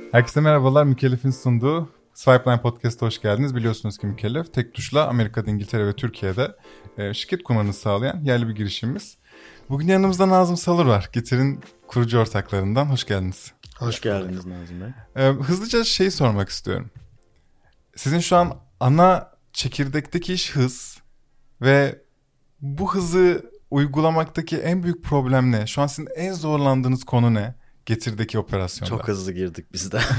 Herkese merhabalar. Mükellef'in sunduğu Swipeline Podcast'a hoş geldiniz. Biliyorsunuz ki Mükellef tek tuşla Amerika'da, İngiltere ve Türkiye'de şirket kurmanızı sağlayan yerli bir girişimimiz. Bugün yanımızda Nazım Salur var. Getir'in kurucu ortaklarından. Hoş geldiniz. Hoş geldiniz Nazım Bey. Hızlıca şeyi sormak istiyorum. Sizin şu an ana çekirdekteki iş hız ve bu hızı uygulamaktaki en büyük problem ne? Şu an sizin en zorlandığınız konu ne? Getir'deki operasyonda. Çok hızlı girdik biz de.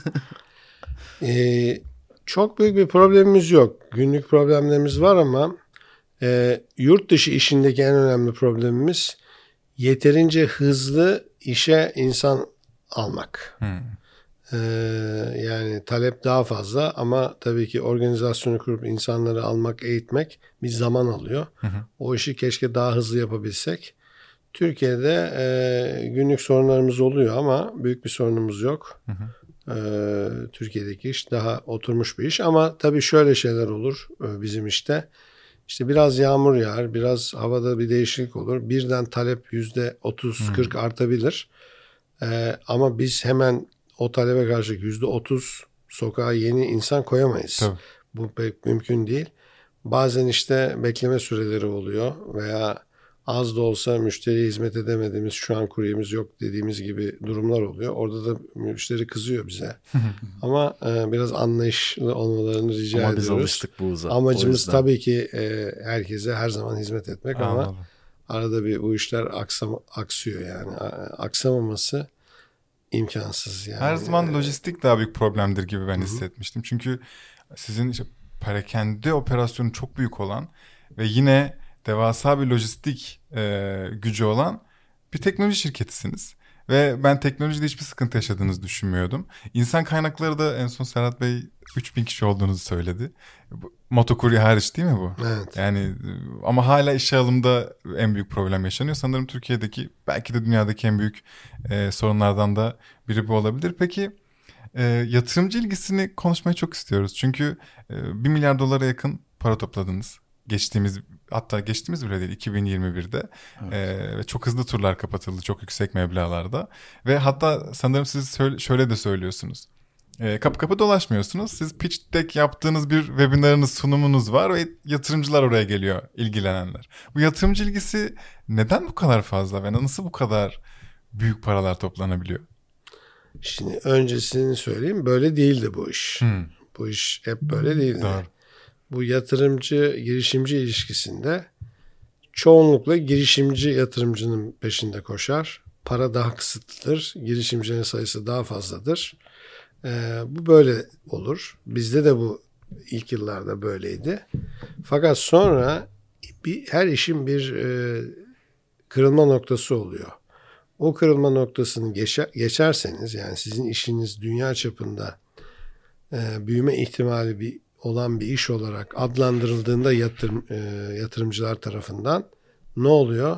Çok büyük bir problemimiz yok. Günlük problemlerimiz var ama yurt dışı işindeki en önemli problemimiz yeterince hızlı işe insan almak. Yani talep daha fazla ama tabii ki organizasyonu kurup insanları almak, eğitmek bir zaman alıyor. O işi keşke daha hızlı yapabilsek. Türkiye'de günlük sorunlarımız oluyor ama büyük bir sorunumuz yok. Türkiye'deki iş daha oturmuş bir iş ama tabii şöyle şeyler olur bizim işte. İşte biraz yağmur yağar, biraz havada bir değişiklik olur. Birden talep %30-40 artabilir. Ama biz hemen o talebe karşı %30 sokağa yeni insan koyamayız. Tabii. Bu pek mümkün değil. Bazen işte bekleme süreleri oluyor veya az da olsa müşteriye hizmet edemediğimiz, şu an kuryemiz yok dediğimiz gibi durumlar oluyor. Orada da müşteri kızıyor bize. Ama biraz anlayışlı olmalarını rica ediyoruz. Ama biz alıştık bu hıza. Amacımız tabii ki herkese her zaman hizmet etmek. Anladım. Ama arada bir bu işler aksıyor yani. Aksamaması imkansız yani. Her zaman lojistik daha büyük problemdir gibi ben hissetmiştim. Çünkü sizin işte perakende operasyonu çok büyük olan ve yine devasa bir lojistik gücü olan bir teknoloji şirketisiniz. Ve ben teknolojide hiçbir sıkıntı yaşadığınızı düşünmüyordum. İnsan kaynakları da en son Serhat Bey 3000 kişi olduğunuzu söyledi. Motokurye hariç değil mi bu? Evet. Yani ama hala işe alımda en büyük problem yaşanıyor. Sanırım Türkiye'deki belki de dünyadaki en büyük sorunlardan da biri bu olabilir. Peki yatırımcı ilgisini konuşmayı çok istiyoruz. Çünkü 1 milyar dolara yakın para topladınız. Hatta geçtiğimiz bile değil 2021'de. Evet. Ve çok hızlı turlar kapatıldı çok yüksek meblağlarda. Ve hatta sanırım siz şöyle de söylüyorsunuz. Kapı kapı dolaşmıyorsunuz. Siz pitch deck yaptığınız bir webinarınız, sunumunuz var ve yatırımcılar oraya geliyor, ilgilenenler. Bu yatırımcı ilgisi neden bu kadar fazla ve nasıl bu kadar büyük paralar toplanabiliyor? Şimdi öncesini söyleyeyim, böyle değildi bu iş. Bu iş hep böyle değildi. Doğru. Bu yatırımcı-girişimci ilişkisinde çoğunlukla girişimci yatırımcının peşinde koşar. Para daha kısıtlıdır. Girişimcinin sayısı daha fazladır. Bu böyle olur. Bizde de bu ilk yıllarda böyleydi. Fakat sonra her işin bir kırılma noktası oluyor. O kırılma noktasını geçerseniz, yani sizin işiniz dünya çapında büyüme ihtimali olan bir iş olarak adlandırıldığında yatırımcılar tarafından ne oluyor?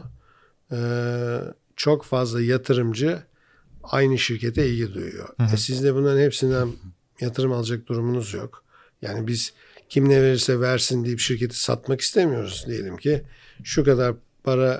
Çok fazla yatırımcı aynı şirkete ilgi duyuyor. Siz de bunların hepsinden yatırım alacak durumunuz yok. Yani biz kim ne verirse versin deyip şirketi satmak istemiyoruz. Diyelim ki şu kadar para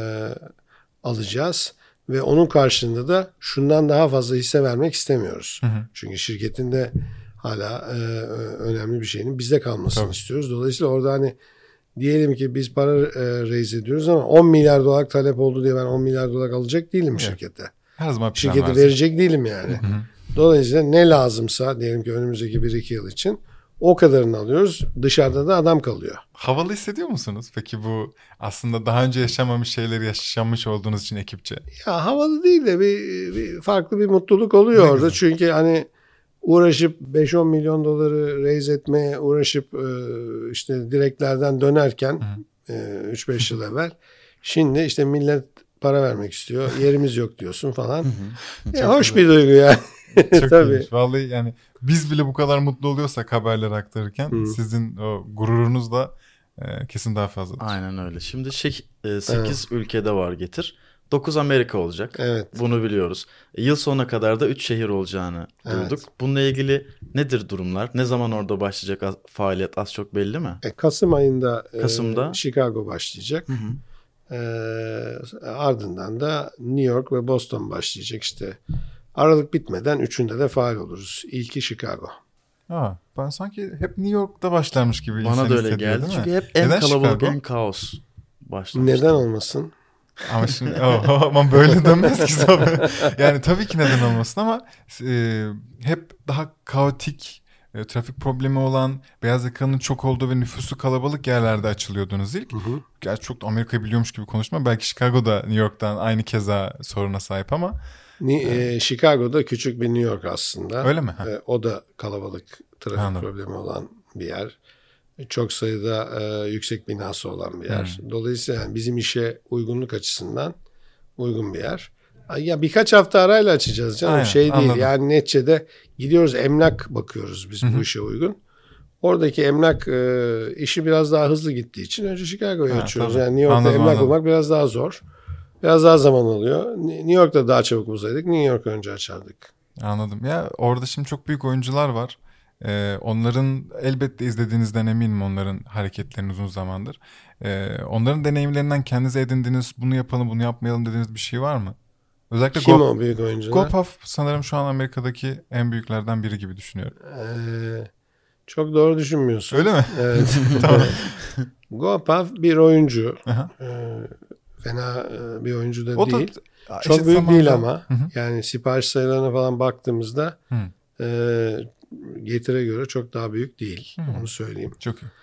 alacağız ve onun karşılığında da şundan daha fazla hisse vermek istemiyoruz. Çünkü şirketin de hala önemli bir şeyin bizde kalmasını istiyoruz. Dolayısıyla orada hani diyelim ki biz para raise ediyoruz ama 10 milyar dolar talep oldu diye ben 10 milyar dolar alacak değilim şirkete. Her zaman şirketi verecek değilim yani. Dolayısıyla ne lazımsa diyelim ki önümüzdeki 1-2 yıl için o kadarını alıyoruz. Dışarıda da adam kalıyor. Havalı hissediyor musunuz? Peki bu aslında daha önce yaşamamış şeyleri yaşamış olduğunuz için ekipçe. Ya havalı değil de bir farklı bir mutluluk oluyor orada. Çünkü hani uğraşıp 5-10 milyon doları raise etmeye uğraşıp işte direklerden dönerken 3-5 yıl evvel şimdi işte millet para vermek istiyor. Yerimiz yok diyorsun falan. Hoş bir duygu yani. Çok iyiymiş. Vallahi yani biz bile bu kadar mutlu oluyorsak haberleri aktarırken sizin o gururunuz da kesin daha fazladır. Aynen öyle. Şimdi 8 ülkede var Getir. 9 Amerika olacak. Evet. Bunu biliyoruz. Yıl sonuna kadar da 3 şehir olacağını duyduk. Bununla ilgili nedir durumlar? Ne zaman orada başlayacak faaliyet az çok belli mi? Kasım ayında Kasım'da Chicago başlayacak. Ardından da New York ve Boston başlayacak işte. Aralık bitmeden üçünde de faal oluruz. İlki Chicago. Ben sanki hep New York'ta başlarmış gibi bana da öyle geldi. Çünkü hep en neden kalabalık, Chicago? En kaos başlamıştı. Neden olmasın? Ama şimdi aman böyle dönmez ki tabii. Yani tabii ki neden olmasın ama hep daha kaotik, trafik problemi olan, beyaz yakalının çok olduğu ve nüfusu kalabalık yerlerde açılıyordunuz ilk. Gerçi çok da Amerika'yı biliyormuş gibi konuşma. Belki Chicago'da New York'tan aynı keza soruna sahip ama. Chicago'da küçük bir New York aslında. Öyle mi? O da kalabalık, trafik problemi olan bir yer. Çok sayıda yüksek binası olan bir yer. Dolayısıyla yani bizim işe uygunluk açısından uygun bir yer. Ya birkaç hafta arayla açacağız canım. Aynen, değil. anladım. Yani neticede gidiyoruz, emlak bakıyoruz biz bu işe uygun. Oradaki emlak işi biraz daha hızlı gittiği için önce Chicago'yu açıyoruz. Tabii. Yani New York'ta emlak bulmak biraz daha zor. Biraz daha zaman alıyor. New York'ta daha çabuk bulsaydık New York'u önce açardık. Anladım. Ya orada şimdi çok büyük oyuncular var. Onların elbette izlediğinizden eminim, onların hareketlerini uzun zamandır. Onların deneyimlerinden kendinize edindiğiniz, bunu yapalım bunu yapmayalım dediğiniz bir şey var mı? Özellikle kim o büyük oyuncular? GoPuff sanırım şu an Amerika'daki en büyüklerden biri gibi düşünüyorum. Çok doğru düşünmüyorsun. Öyle mi? Evet. Tamam. GoPuff bir oyuncu. Fena bir oyuncu da değil. Çok büyük değil ama. Yani sipariş sayılarına falan baktığımızda Getir'e göre çok daha büyük değil. Onu söyleyeyim. Çok iyi.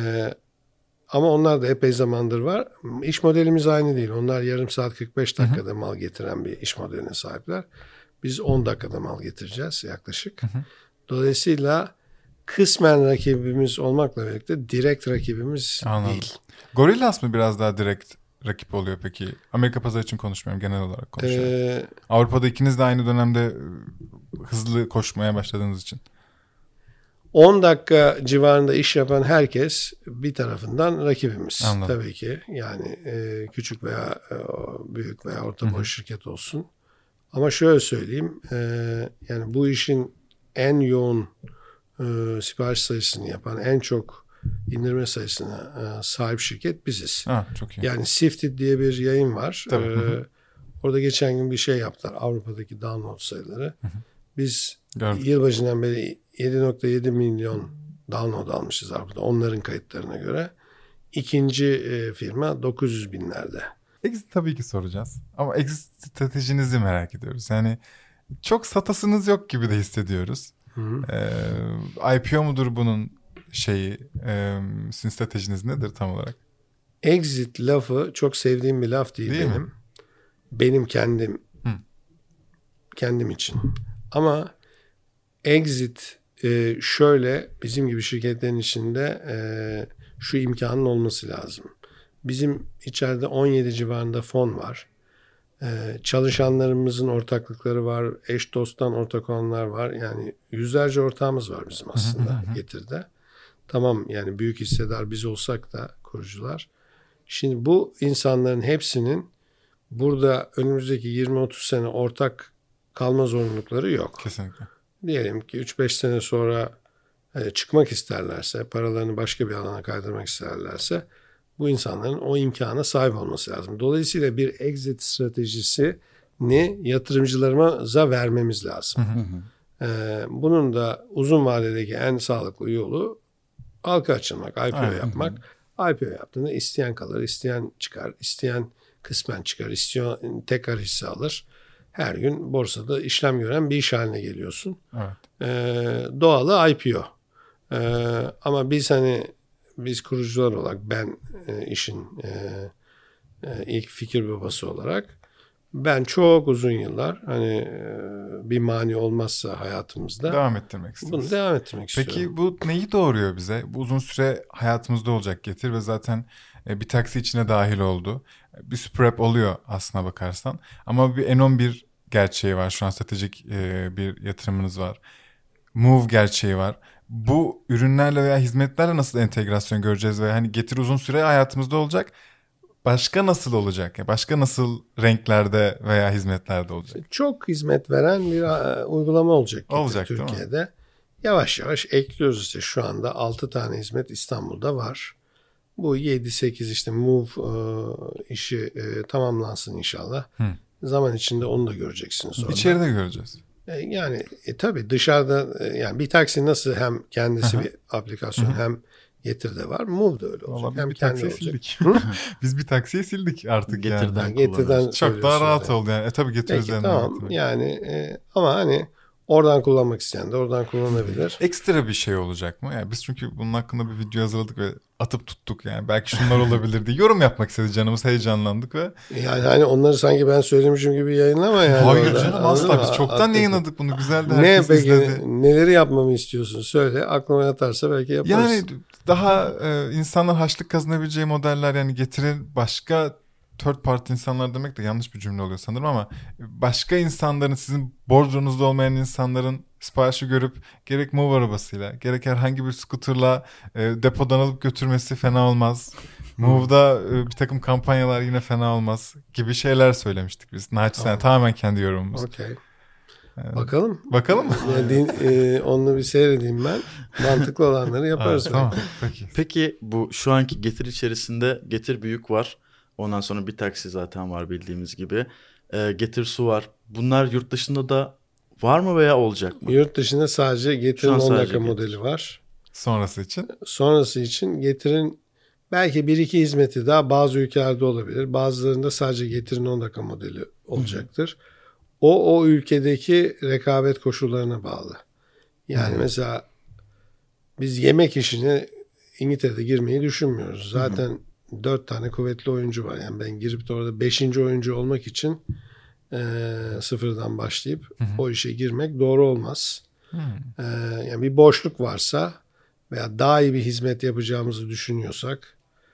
Ama onlar da epey zamandır var. İş modelimiz aynı değil. Onlar yarım saat 45 dakikada mal getiren bir iş modeline sahipler. Biz 10 dakikada mal getireceğiz yaklaşık. Dolayısıyla kısmen rakibimiz olmakla birlikte direkt rakibimiz değil. Gorillaz mı biraz daha direkt rakip oluyor peki? Amerika pazarı için konuşmuyorum, genel olarak konuşuyorum. Avrupa'da ikiniz de aynı dönemde hızlı koşmaya başladığınız için. 10 dakika civarında iş yapan herkes bir tarafından rakibimiz. Anladım. Tabii ki. Yani küçük veya büyük veya orta boy şirket olsun. Ama şöyle söyleyeyim. Yani bu işin en yoğun sipariş sayısını yapan, en çok indirme sayısına sahip şirket biziz. Çok iyi. Yani Sifted diye bir yayın var. Orada geçen gün bir şey yaptılar. Avrupa'daki download sayıları. Biz yılbaşından beri 7.7 milyon download almışız Avrupa'da. Onların kayıtlarına göre. İkinci firma 900 binlerde. Exit tabii ki soracağız. Ama exit stratejinizi merak ediyoruz. Yani çok satasınız yok gibi de hissediyoruz. IPO mudur bunun şeyi? Sizin stratejiniz nedir tam olarak? Exit lafı çok sevdiğim bir laf değil benim. Mi? Benim kendim için. Ama exit şöyle, bizim gibi şirketlerin içinde şu imkanın olması lazım. Bizim içeride 17 civarında fon var. Çalışanlarımızın ortaklıkları var. Eş dosttan ortak olanlar var. Yani yüzlerce ortağımız var bizim aslında Getir'de. Tamam, yani büyük hissedar biz olsak da kurucular. Şimdi bu insanların hepsinin burada önümüzdeki 20-30 sene ortak kalma zorunlulukları yok. Kesinlikle. Diyelim ki 3-5 sene sonra çıkmak isterlerse, paralarını başka bir alana kaydırmak isterlerse bu insanların o imkana sahip olması lazım. Dolayısıyla bir exit stratejisini yatırımcılarımıza vermemiz lazım. Bunun da uzun vadedeki en sağlıklı yolu halka açılmak, IPO yapmak. IPO yaptığında isteyen kalır, isteyen çıkar, isteyen kısmen çıkar, isteyen tekrar hisse alır. Her gün borsada işlem gören bir iş haline geliyorsun. Doğalı IPO. Ama biz kurucular olarak, ben işin ilk fikir babası olarak, ben çok uzun yıllar bir mani olmazsa hayatımızda devam ettirmek istiyoruz. Bunu devam ettirmek istiyorum. Peki bu neyi doğuruyor bize? Bu uzun süre hayatımızda olacak Getir ve zaten bir taksi içine dahil oldu. Bir super app oluyor aslına bakarsan. Ama bir N11 gerçeği var. Şu an stratejik bir yatırımınız var. Move gerçeği var. Bu ürünlerle veya hizmetlerle nasıl entegrasyon göreceğiz ve hani Getir uzun süre hayatımızda olacak. Başka nasıl olacak? Yani başka nasıl renklerde veya hizmetlerde olacak? Çok hizmet veren bir uygulama olacak Türkiye'de. Yavaş yavaş ekliyoruz işte. Şu anda 6 tane hizmet İstanbul'da var. Bu 7-8 işte Move işi tamamlansın inşallah. Zaman içinde onu da göreceksiniz sonra. İçeride göreceğiz. Yani tabii dışarıda yani bir taksi nasıl hem kendisi bir aplikasyon hem Getir'de var. Move da öyle olacak. Vallahi Hem bir kendi taksiyi olacak. sildik. Biz bir taksiyi sildik artık Getir'den yani. Getir'den Çok daha rahat yani. oldu yani. Tabii Getir Peki üzerinden. tamam getirmek. yani ama hani oradan kullanmak isteyen de oradan kullanabilir. Ekstra bir şey olacak mı? Yani biz çünkü bunun hakkında bir video hazırladık ve atıp tuttuk yani. Belki şunlar olabilir diye yorum yapmak istedi canımız, heyecanlandık ve Yani hani onları sanki ben söylemişim gibi yayınlama yani. hayır orada. canım Anladın asla mı? biz çoktan Atlet'in. yayınladık bunu. Güzel de Ne herkes peki izledi. neleri yapmamı istiyorsun söyle. Aklıma yatarsa belki yaparız. Yani daha insanlar harçlık kazanabileceği modeller yani Getir'in başka third party insanlar demek de yanlış bir cümle oluyor sanırım ama başka insanların sizin bordronuzda olmayan insanların siparişi görüp gerek Move arabasıyla gerek herhangi bir scooterla depodan alıp götürmesi fena olmaz. Move'da bir takım kampanyalar yine fena olmaz gibi şeyler söylemiştik biz. Naçizane tamamen kendi yorumumuz. Okey. Bakalım. Bakalım mı? Onu bir seyredeyim ben. Mantıklı olanları yaparız. Tamam peki. Peki bu şu anki Getir içerisinde Getir Büyük var. Ondan sonra bir taksi zaten var bildiğimiz gibi. Getir Su var. Bunlar yurt dışında da var mı veya olacak mı? Yurt dışında sadece Getir'in Şu an 10 sadece dakika Getir. modeli var. Sonrası için. Sonrası için Getir'in belki bir iki hizmeti daha bazı ülkelerde olabilir. Bazılarında sadece Getir'in 10 dakika modeli olacaktır. O ülkedeki rekabet koşullarına bağlı. Yani mesela biz yemek işine İngiltere'de girmeyi düşünmüyoruz. Zaten 4 tane kuvvetli oyuncu var. Yani ben girip de orada 5. oyuncu olmak için sıfırdan başlayıp o işe girmek doğru olmaz. Yani bir boşluk varsa veya daha iyi bir hizmet yapacağımızı düşünüyorsak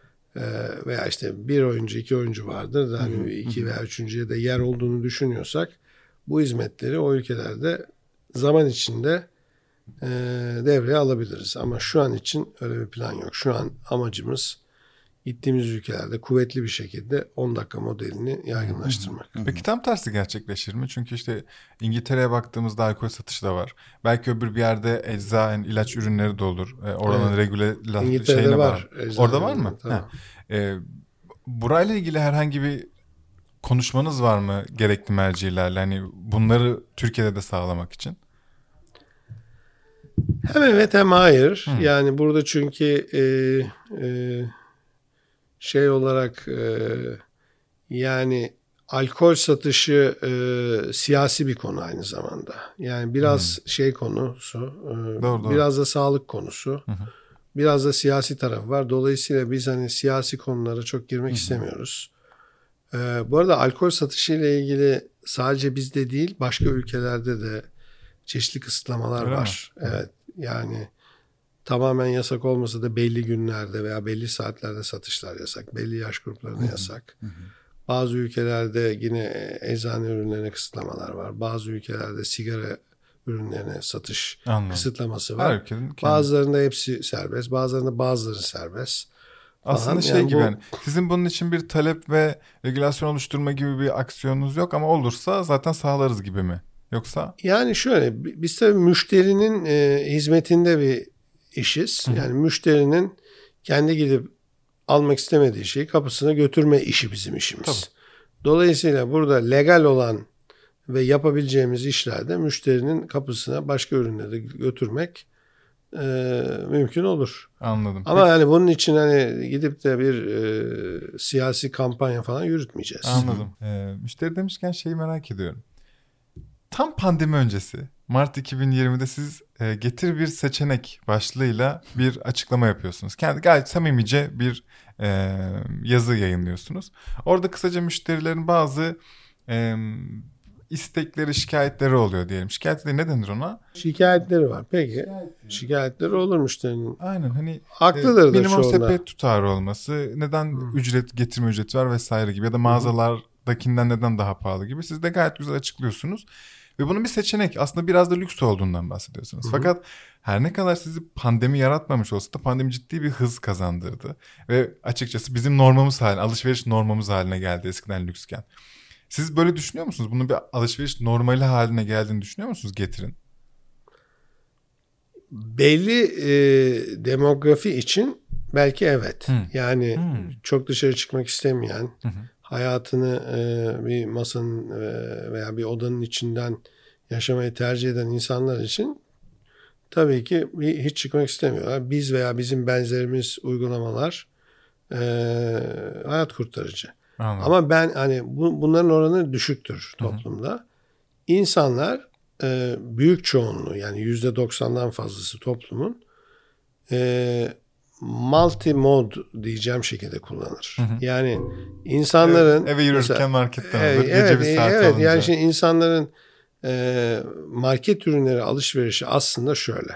veya işte bir oyuncu, 2 oyuncu vardır da hani 2 veya 3.'ye de yer olduğunu düşünüyorsak bu hizmetleri o ülkelerde zaman içinde devreye alabiliriz. Ama şu an için öyle bir plan yok. Şu an amacımız gittiğimiz ülkelerde kuvvetli bir şekilde 10 dakika modelini yaygınlaştırmak. Peki tam tersi gerçekleşir mi? Çünkü işte İngiltere'ye baktığımızda alkol satışı da var. Belki öbür bir yerde ecza, yani ilaç ürünleri de olur. Oranın regüle İngiltere'de şeyine var. bağlı. Orada var mı? Tamam. Burayla ilgili herhangi bir konuşmanız var mı gerekli mercilerle? Hani bunları Türkiye'de de sağlamak için. Hem evet hem hayır. Yani burada çünkü şey olarak yani alkol satışı siyasi bir konu aynı zamanda. Yani biraz şey konusu, Doğru. biraz da sağlık konusu, biraz da siyasi tarafı var. Dolayısıyla biz hani siyasi konulara çok girmek istemiyoruz. Bu arada alkol satışı ile ilgili sadece bizde değil, başka ülkelerde de çeşitli kısıtlamalar Öyle var. Evet, yani tamamen yasak olmasa da belli günlerde veya belli saatlerde satışlar yasak. Belli yaş gruplarına yasak. Bazı ülkelerde yine eczane ürünlerine kısıtlamalar var. Bazı ülkelerde sigara ürünlerine satış kısıtlaması var. Bazılarında hepsi serbest. Bazıları serbest. Aslında şey yani gibi yani sizin bunun için bir talep ve regülasyon oluşturma gibi bir aksiyonunuz yok ama olursa zaten sağlarız gibi mi? Yoksa? Yani şöyle biz tabii müşterinin hizmetinde bir işiz. Yani müşterinin kendi gidip almak istemediği şeyi kapısına götürme işi bizim işimiz. Tabii. Dolayısıyla burada legal olan ve yapabileceğimiz işlerde müşterinin kapısına başka ürünleri götürmek mümkün olur. Anladım. Ama yani bunun için hani gidip de bir siyasi kampanya falan yürütmeyeceğiz. Anladım. Müşteri demişken şeyi merak ediyorum. Tam pandemi öncesi Mart 2020'de siz Getir bir seçenek başlığıyla bir açıklama yapıyorsunuz. Kendi gayet samimice bir yazı yayınlıyorsunuz. Orada kısaca müşterilerin bazı istekleri, şikayetleri oluyor diyelim. Şikayetleri ne denir ona? Şikayetleri var. Peki. Şikayetleri olur müşterinin. Aynen hani haklıdır da minimum çoğunda. sepet tutarı olması, neden getirme ücreti var vesaire gibi ya da mağazalardakinden neden daha pahalı gibi. Siz de gayet güzel açıklıyorsunuz. Ve bunun bir seçenek aslında biraz da lüks olduğundan bahsediyorsunuz. Fakat her ne kadar sizi pandemi yaratmamış olsa da pandemi ciddi bir hız kazandırdı. Ve açıkçası bizim normamız haline, alışveriş normamız haline geldi eskiden lüksken. Siz böyle düşünüyor musunuz? Bunun bir alışveriş normali haline geldiğini düşünüyor musunuz Getir'in? Belli demografi için belki evet. Yani çok dışarı çıkmak istemeyen, hayatını bir masanın veya bir odanın içinden yaşamayı tercih eden insanlar için tabii ki hiç çıkmak istemiyorlar. Biz veya bizim benzerimiz uygulamalar hayat kurtarıcı. Anladım. Ama ben hani bunların oranı düşüktür toplumda. İnsanlar büyük çoğunluğu yani %90'dan fazlası toplumun multi mod diyeceğim şekilde kullanır. Yani insanların eve yürürken mesela, marketten alır. Gece evet, bir saat evet, alınca. yani şimdi insanların market ürünleri alışverişi aslında şöyle.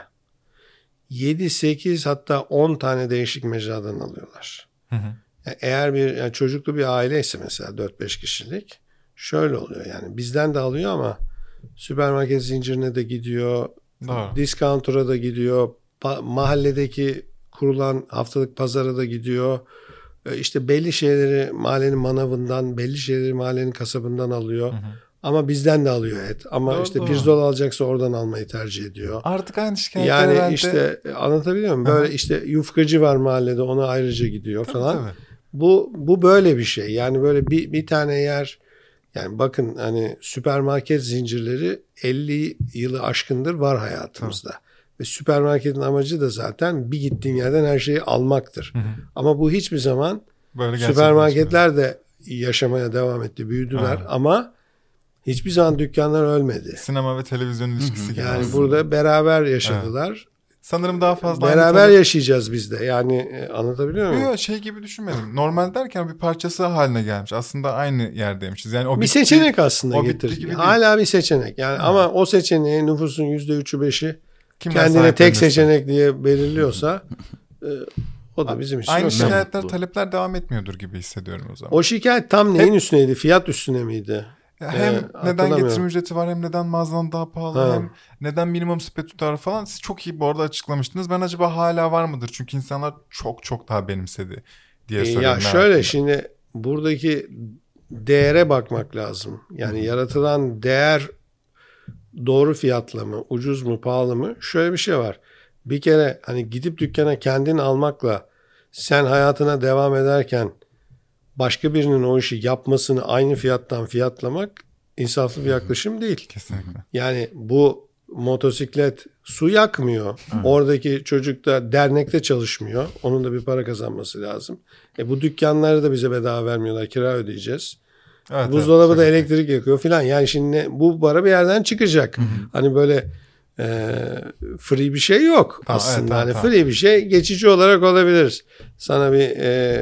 7, 8 hatta 10 tane değişik mecradan alıyorlar. Eğer bir çocuklu bir aileyse mesela 4-5 kişilik şöyle oluyor yani bizden de alıyor ama süpermarket zincirine de gidiyor, Doğru. discounter'a da gidiyor, mahalledeki kurulan haftalık pazara da gidiyor. İşte belli şeyleri mahallenin manavından, belli şeyleri mahallenin kasabından alıyor. Ama bizden de alıyor et. Ama Doğru, işte doğru. pirzola alacaksa oradan almayı tercih ediyor. Artık aynı şikayetler Yani herhalde. işte anlatabiliyor muyum? Böyle işte yufkacı var mahallede, ona ayrıca gidiyor falan. Tabii. Bu böyle bir şey. Yani böyle bir tane yer, yani bakın hani süpermarket zincirleri 50 yılı aşkındır var hayatımızda. Ve süpermarketin amacı da zaten bir gittiğin yerden her şeyi almaktır. Ama bu hiçbir zaman Böyle süpermarketler de yaşamaya devam etti, büyüdüler ama hiçbir zaman dükkanlar ölmedi. Sinema ve televizyon ilişkisi gibi. Yani aslında. burada beraber yaşadılar. Sanırım daha fazla Beraber yaşayacağız biz de. Yani anlatabiliyor muyum? Yok şey gibi düşünmedim. Normal derken bir parçası haline gelmiş. Aslında aynı yerdeymişiz. Yani o bir seçenek aslında o bitti getir. gibi Hala bir seçenek. Yani ama o seçeneği nüfusun %3'ü 5'i Kimler kendine tek sahiplenirse. seçenek diye belirliyorsa o da bizim için. Aynı önemli. şikayetler, talepler devam etmiyor gibi hissediyorum o zaman. O şikayet tam neyin üstüneydi? Fiyat üstüne miydi? Hem neden hatırlamıyorum. getirim ücreti var hem neden mağazadan daha pahalı hem neden minimum sepet tutarı falan. Siz çok iyi bu arada açıklamıştınız. Ben acaba hala var mıdır? Çünkü insanlar çok daha benimsedi diye soruyorum. Ya şöyle şimdi buradaki değere bakmak lazım. Yani yaratılan değer doğru fiyatla mı, ucuz mu, pahalı mı? Şöyle bir şey var. Bir kere hani gidip dükkana kendin almakla sen hayatına devam ederken başka birinin o işi yapmasını aynı fiyattan fiyatlamak insaflı bir yaklaşım değil. Kesinlikle. Yani bu motosiklet su yakmıyor. Oradaki çocuk da dernekte çalışmıyor. Onun da bir para kazanması lazım. Bu dükkanları da bize bedava vermiyorlar. Kira ödeyeceğiz. Evet, Buzdolabı da evet. elektrik yakıyor filan. Yani şimdi bu para bir yerden çıkacak. Hani böyle free bir şey yok aslında. Hani free bir şey geçici olarak olabilir. Sana bir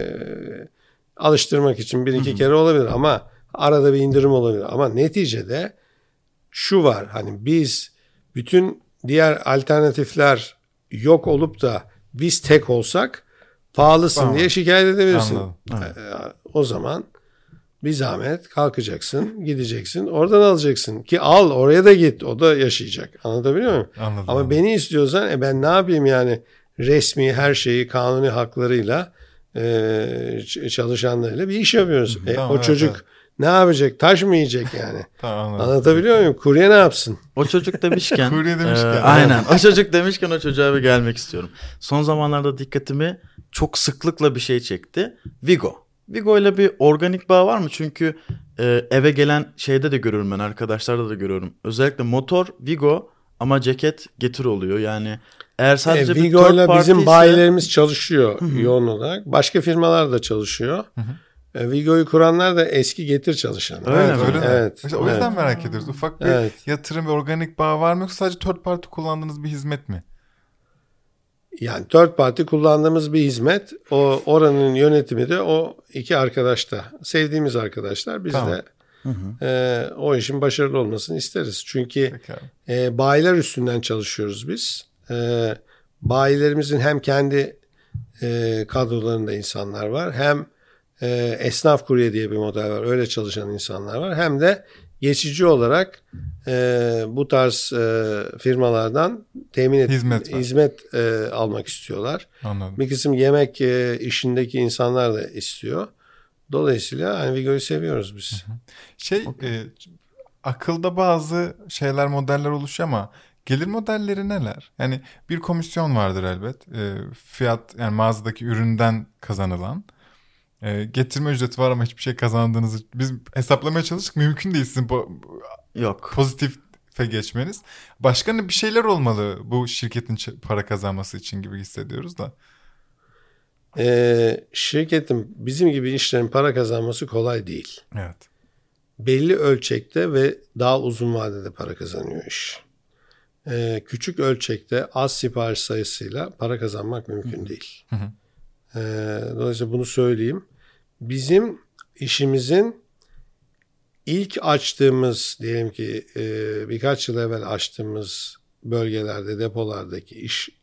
alıştırmak için bir iki kere olabilir ama arada bir indirim olabilir. Ama neticede şu var. Hani biz bütün diğer alternatifler yok olup da biz tek olsak pahalısın diye şikayet edebilirsin. O zaman bir zahmet kalkacaksın, gideceksin, oradan alacaksın. Ki al oraya da git, o da yaşayacak. Anlatabiliyor muyum? Anladım. Ama beni istiyorsan ben ne yapayım yani resmi her şeyi kanuni haklarıyla çalışanlarıyla bir iş yapıyoruz. O çocuk ne yapacak? Taş mı yiyecek yani? Anlatabiliyor muyum? Kurye ne yapsın? O çocuk demişken. Kurye demişken. Aynen. O çocuk demişken o çocuğa bir gelmek istiyorum. Son zamanlarda dikkatimi çok sıklıkla bir şey çekti. Vigo. Vigo ile bir organik bağ var mı? Çünkü eve gelen şeyde de görüyorum ben. Arkadaşlarda da görüyorum. Özellikle motor Vigo ama ceket Getir oluyor. Yani eğer sadece bir Vigo ile bizim ise... bayilerimiz çalışıyor yoğun olarak. Başka firmalar da çalışıyor. Vigo'yu kuranlar da eski Getir çalışanı. Evet. İşte o yüzden merak ediyoruz. Ufak bir yatırım ve organik bağ var mı yoksa sadece third party kullandığınız bir hizmet mi? Yani third party kullandığımız bir hizmet. Oranın yönetimi de o iki arkadaş da. Sevdiğimiz arkadaşlar. Biz de o işin başarılı olmasını isteriz. Çünkü bayiler üstünden çalışıyoruz biz. Bayilerimizin hem kendi kadrolarında insanlar var. Hem esnaf kurye diye bir model var. Öyle çalışan insanlar var. Hem de geçici olarak bu tarz firmalardan hizmet almak istiyorlar. Anladım. Bir kısım yemek işindeki insanlar da istiyor. Dolayısıyla hani Vigo'yu seviyoruz biz. Akılda bazı şeyler, modeller oluşuyor ama gelir modelleri neler? Yani bir komisyon vardır elbet. Fiyat yani mağazadaki üründen kazanılan. getirme ücreti var ama hiçbir şey kazandığınızı biz hesaplamaya çalıştık. Mümkün değil sizin Yok. pozitife geçmeniz. Başka bir şeyler olmalı bu şirketin para kazanması için gibi hissediyoruz da. Şirketin bizim gibi işlerin para kazanması kolay değil. Evet. Belli ölçekte ve daha uzun vadede para kazanıyor iş. Küçük ölçekte az sipariş sayısıyla para kazanmak mümkün değil. Dolayısıyla bunu söyleyeyim. Bizim işimizin ilk açtığımız diyelim ki birkaç yıl evvel açtığımız bölgelerde depolardaki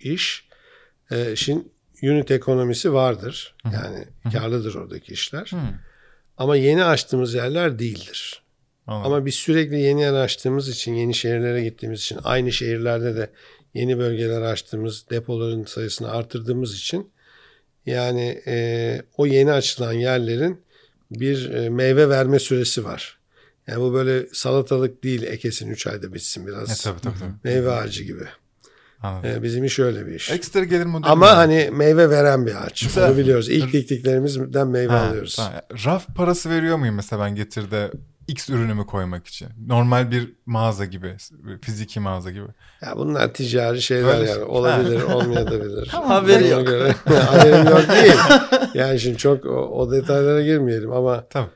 işin unit ekonomisi vardır. Yani karlıdır oradaki işler. Ama yeni açtığımız yerler değildir. Anladım. Ama biz sürekli yeni yer açtığımız için, yeni şehirlere gittiğimiz için, aynı şehirlerde de yeni bölgeler açtığımız, depoların sayısını artırdığımız için yani o yeni açılan yerlerin bir meyve verme süresi var. Yani bu böyle salatalık değil, ekesin 3 ayda bitsin biraz. Tabii. Meyve ağacı gibi. Bizim iş öyle bir iş. Ekstra gelir modeli. Ama hani meyve veren bir ağaç. Mesela, onu biliyoruz. İlk diktiklerimizden meyve alıyoruz. Tamam. Raf parası veriyor muyum mesela ben Getir'de X ürünümü koymak için? Normal bir mağaza gibi, fiziki mağaza gibi. Ya bunlar ticari şeyler Böyle yani. Olabilir, olmayabilir. Haberi yok. Haberim yok değil. Yani şimdi çok o detaylara girmeyelim ama Tabii.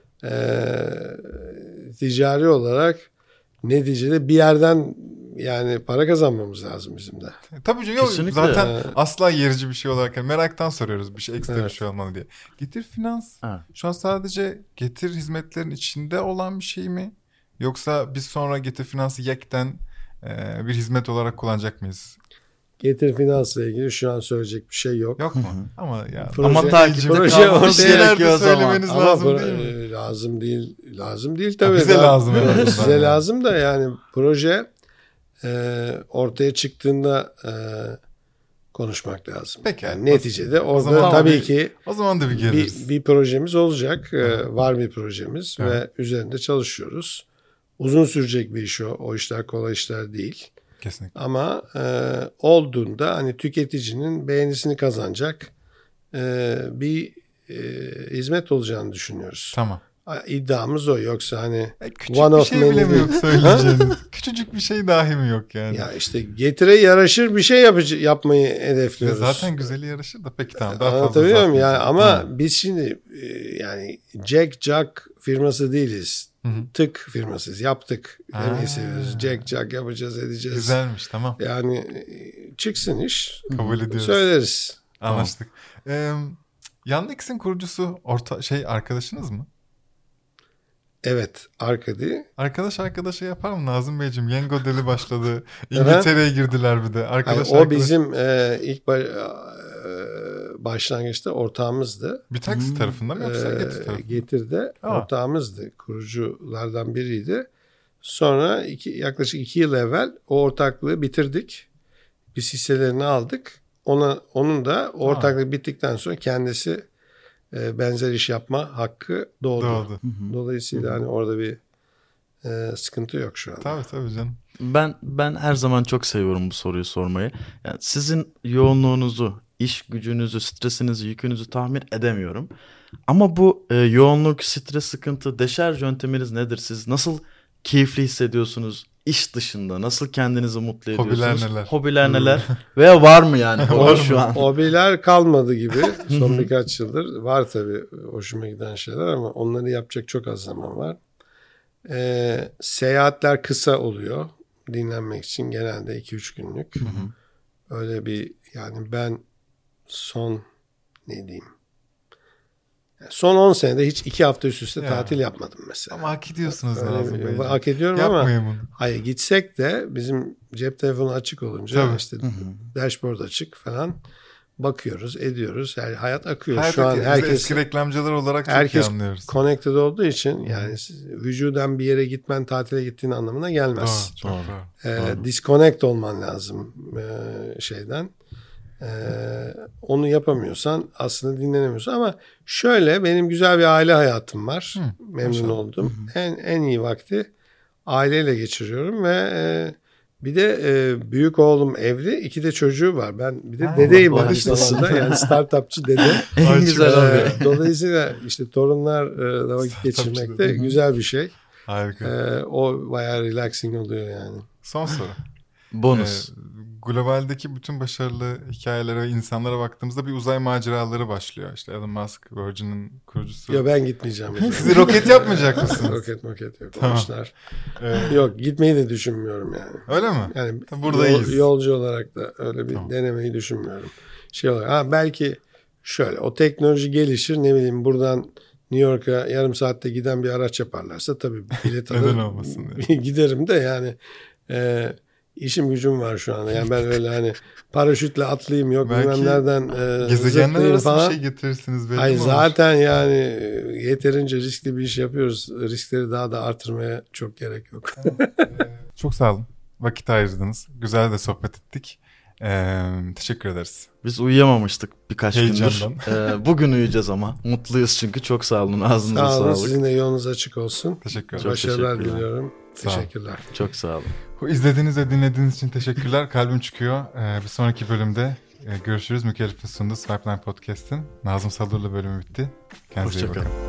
Ticari olarak neticede bir yerden yani para kazanmamız lazım bizim de. Tabii canım. Kesinlikle. Zaten asla yerici bir şey olarak meraktan soruyoruz bir şey ekstra bir Evet. şey olmalı diye. Getir Finans Evet. şu an sadece Getir hizmetlerin içinde olan bir şey mi? Yoksa biz sonra Getir Finans'ı yekten bir hizmet olarak kullanacak mıyız? Getir Finans'la ilgili şu an söyleyecek bir şey yok. Yok mu? Ama ya. Ama takipte proje kalmak ortaya şeyler de gerekiyor o zaman. söylemeniz Ama lazım değil mi? lazım değil tabii. bize lazım en azından. Size lazım da yani proje ortaya çıktığında konuşmak lazım. Peki. Yani neticede orada zaman tabii ki O zaman da bir geliriz. bir projemiz olacak. Var bir projemiz ve üzerinde çalışıyoruz. Uzun sürecek bir iş o. O işler kolay işler değil. Kesinlikle. Ama olduğunda hani tüketicinin beğenisini kazanacak bir hizmet olacağını düşünüyoruz. Tamam. İddiamız o. Yoksa hani Küçük one bir of şey many bile mi değil. yok söyleyeceğiniz? Küçücük bir şey dahi mi yok yani? Ya işte Getir'e yaraşır bir şey yapmayı Ya hedefliyoruz. zaten güzeli yaraşır da peki tamam. Daha fazla Anlatabiliyor muyum? Yani uzatmayacağım. ama biz şimdi yani Jack firması değiliz. Tık firmasıyız. Yaptık. Demeyi seviyoruz. Jack yapacağız, edeceğiz. Güzelmiş tamam. Yani çıksın iş. Kabul ediyoruz. Söyleriz. Anlaştık. Yandex'in kurucusu arkadaşınız mı? Evet. Arkadi. Arkadaşa yapar mı Nazım Beyciğim? Yengo deli başladı. İngiltere'ye girdiler bir de. O bizim ilk başlangıçta ortağımızdı. Bir taksi tarafından mı yoksa Getir tarafından? Getir'de ortağımızdı. Kuruculardan biriydi. Sonra yaklaşık 2 yıl evvel o ortaklığı bitirdik. Biz hisselerini aldık. Onun da ortaklık bittikten sonra kendisi benzer iş yapma hakkı doğdu. Dolayısıyla hani orada bir sıkıntı yok şu an. Tabii canım. Ben her zaman çok seviyorum bu soruyu sormayı. Yani sizin yoğunluğunuzu, iş gücünüzü, stresinizi, yükünüzü tahmin edemiyorum. Ama bu yoğunluk, stres, sıkıntı, deşarj yönteminiz nedir? Siz nasıl keyifli hissediyorsunuz iş dışında? Nasıl kendinizi mutlu ediyorsunuz? Hobiler neler? Veya var mı yani? Var şu mı? an. Hobiler kalmadı gibi son birkaç yıldır. Var tabii hoşuma giden şeyler ama onları yapacak çok az zaman var. Seyahatler kısa oluyor. Dinlenmek için genelde 2-3 günlük. Öyle bir yani ben son 10 senede hiç 2 hafta üst üste tatil yapmadım mesela. Ama hak ediyorsunuz Nazım Beyciğim. Hak ediyorum Yapmayın ama bunu. hayır gitsek de bizim cep telefonu açık olunca işte dashboard açık falan bakıyoruz, ediyoruz. Yani hayat akıyor. Şu an herkes eski reklamcılar olarak çok iyi anlıyoruz. connected olduğu için yani vücudan bir yere gitmen tatile gittiğin anlamına gelmez. Doğru. Disconnect olman lazım şeyden. Onu yapamıyorsan aslında dinlenemiyorsun ama şöyle benim güzel bir aile hayatım var. Memnun oldum. En iyi vakti aileyle geçiriyorum ve Bir de büyük oğlum evli, 2 de çocuğu var. Ben bir de Ha, dedeyim Allah aynı Allah. zamanda. Yani startupçı dede. En güzel oluyor. Dolayısıyla işte torunlarla vakit geçirmek de güzel bir şey. Harika. O bayağı relaxing oluyor yani. Son soru. Bonus. Globaldeki bütün başarılı hikayelere ve insanlara baktığımızda bir uzay maceraları başlıyor. İşte Elon Musk, Virgin'in kurucusu. Ya ben gitmeyeceğim. Siz roket yapmayacak mısınız? Roket yok. Tamam. Tamam. Yok, gitmeyi de düşünmüyorum yani. Öyle mi? Yani Buradayız. yolcu olarak da öyle bir Tamam. denemeyi düşünmüyorum. Şey olarak, belki şöyle, o teknoloji gelişir, ne bileyim, buradan New York'a yarım saatte giden bir araç yaparlarsa tabii bilet Neden alır olmasın diye. giderim de yani işim gücüm var şu anda. Yani ben öyle hani paraşütle atlayayım, yok Belki bilmem nereden Gezegenler zıplayayım arası falan. bir şey getirirsiniz belli Ay mi olur? zaten yani yeterince riskli bir iş yapıyoruz. Riskleri daha da artırmaya çok gerek yok. Çok sağ olun. Vakit ayırdınız. Güzel de sohbet ettik. Teşekkür ederiz. Biz uyuyamamıştık birkaç Heyecandan. gündür. Bugün uyuyacağız ama. Mutluyuz çünkü. Çok sağ olun. Ağzınıza Sağ olun. sağlık. Sizin de yolunuz açık olsun. Teşekkür ederim. Çok Başarılar teşekkürler. diliyorum. Sağ olun. Teşekkürler. Çok sağ olun. İzlediğiniz ve dinlediğiniz için teşekkürler. Kalbim çıkıyor. Bir sonraki bölümde görüşürüz. Mükellef'in sunduğu Swipeline Podcast'ın Nazım Salurlu bölümü bitti. Kendinize iyi Hoşça kalın. bakın.